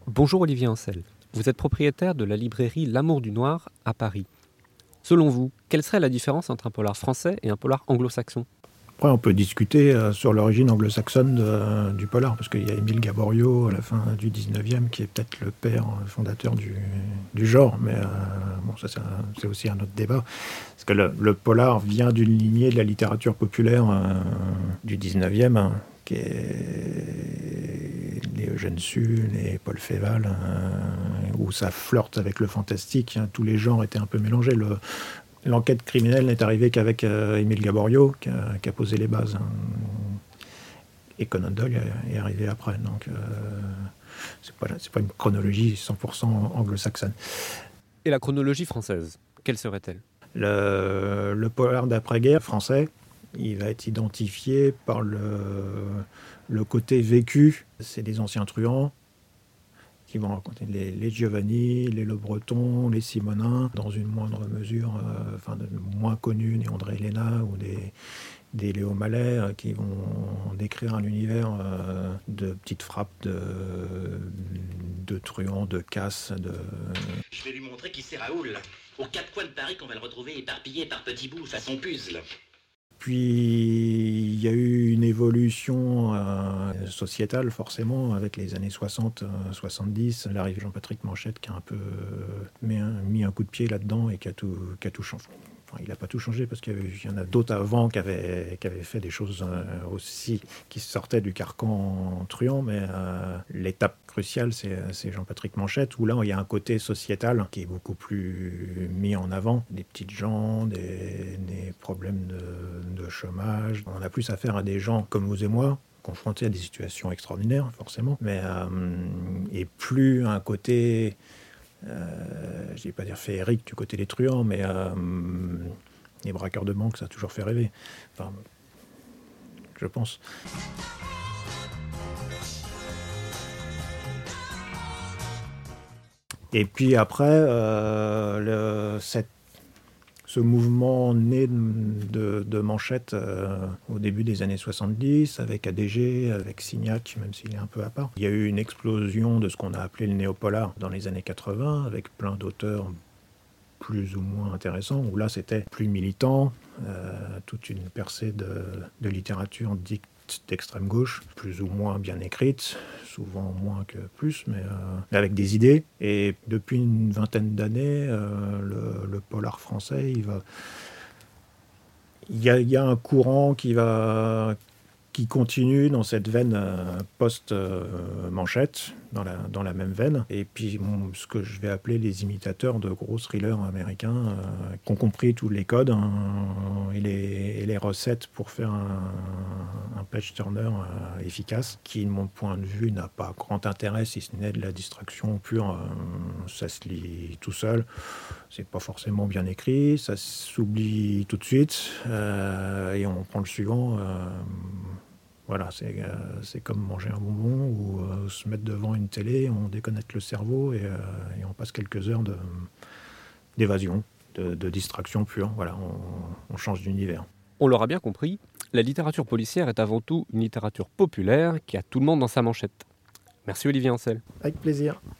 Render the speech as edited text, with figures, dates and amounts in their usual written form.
Bonjour Olivier Ancel, vous êtes propriétaire de la librairie L'Amour du Noir à Paris. Selon vous, quelle serait la différence entre un polar français et un polar anglo-saxon ? Après, on peut discuter sur l'origine anglo-saxonne du polar, parce qu'il y a Émile Gaboriau à la fin du 19e, qui est peut-être le père fondateur du genre, mais bon, ça c'est aussi un autre débat. Parce que le polar vient d'une lignée de la littérature populaire du 19e, qui est les Eugène Sue, les Paul Féval, où ça flirte avec le fantastique. Tous les genres étaient un peu mélangés. L'enquête criminelle n'est arrivée qu'avec Émile Gaboriau, qui a posé les bases. Et Conan Doyle est arrivé après. Donc, c'est pas une chronologie 100% anglo-saxonne. Et la chronologie française, quelle serait-elle ? Le polar d'après-guerre français, il va être identifié par le côté vécu. C'est des anciens truands qui vont raconter les Giovanni, les Le Breton, les Simonins, dans une moindre mesure, moins connus, des André Héléna ou des Léo Mallet, qui vont décrire un univers de petites frappes, de truands, de casses. Je vais lui montrer qui c'est Raoul. Aux quatre coins de Paris qu'on va le retrouver éparpillé par petits bouts, façon puzzle. Puis il y a eu une évolution sociétale forcément avec les années 60-70, l'arrivée de Jean-Patrick Manchette qui a un peu mis un coup de pied là-dedans et qui a tout changé. Enfin, il n'a pas tout changé parce qu'il y en a d'autres avant qui avaient fait des choses aussi qui sortaient du carcan truand, mais l'étape cruciale c'est Jean-Patrick Manchette où là il y a un côté sociétal qui est beaucoup plus mis en avant, des petites gens, des problèmes de chômage. On a plus affaire à des gens comme vous et moi, confrontés à des situations extraordinaires forcément, mais et plus un côté je ne vais pas dire féerique du côté des truands, mais les braqueurs de banque, ça a toujours fait rêver. Enfin, je pense. Et puis après, ce mouvement né de Manchette au début des années 70, avec ADG, avec Signac, même s'il est un peu à part. Il y a eu une explosion de ce qu'on a appelé le néopolar dans les années 80, avec plein d'auteurs plus ou moins intéressants, où là c'était plus militant, toute une percée de littérature dite d'extrême gauche, plus ou moins bien écrite, souvent moins que plus, mais avec des idées. Et depuis une vingtaine d'années, le polar français, il y a un courant qui continue dans cette veine post-manchette, dans la même veine. Et puis ce que je vais appeler les imitateurs de gros thrillers américains qui ont compris tous les codes et les recettes pour faire un page-turner efficace, qui, de mon point de vue, n'a pas grand intérêt si ce n'est de la distraction pure. Ça se lit tout seul. C'est pas forcément bien écrit. Ça s'oublie tout de suite. Et on prend le suivant. Voilà, c'est comme manger un bonbon ou se mettre devant une télé, on déconnecte le cerveau et on passe quelques heures d'évasion, de distraction pure. Voilà, on change d'univers. On l'aura bien compris, la littérature policière est avant tout une littérature populaire qui a tout le monde dans sa manchette. Merci Olivier Ancel. Avec plaisir.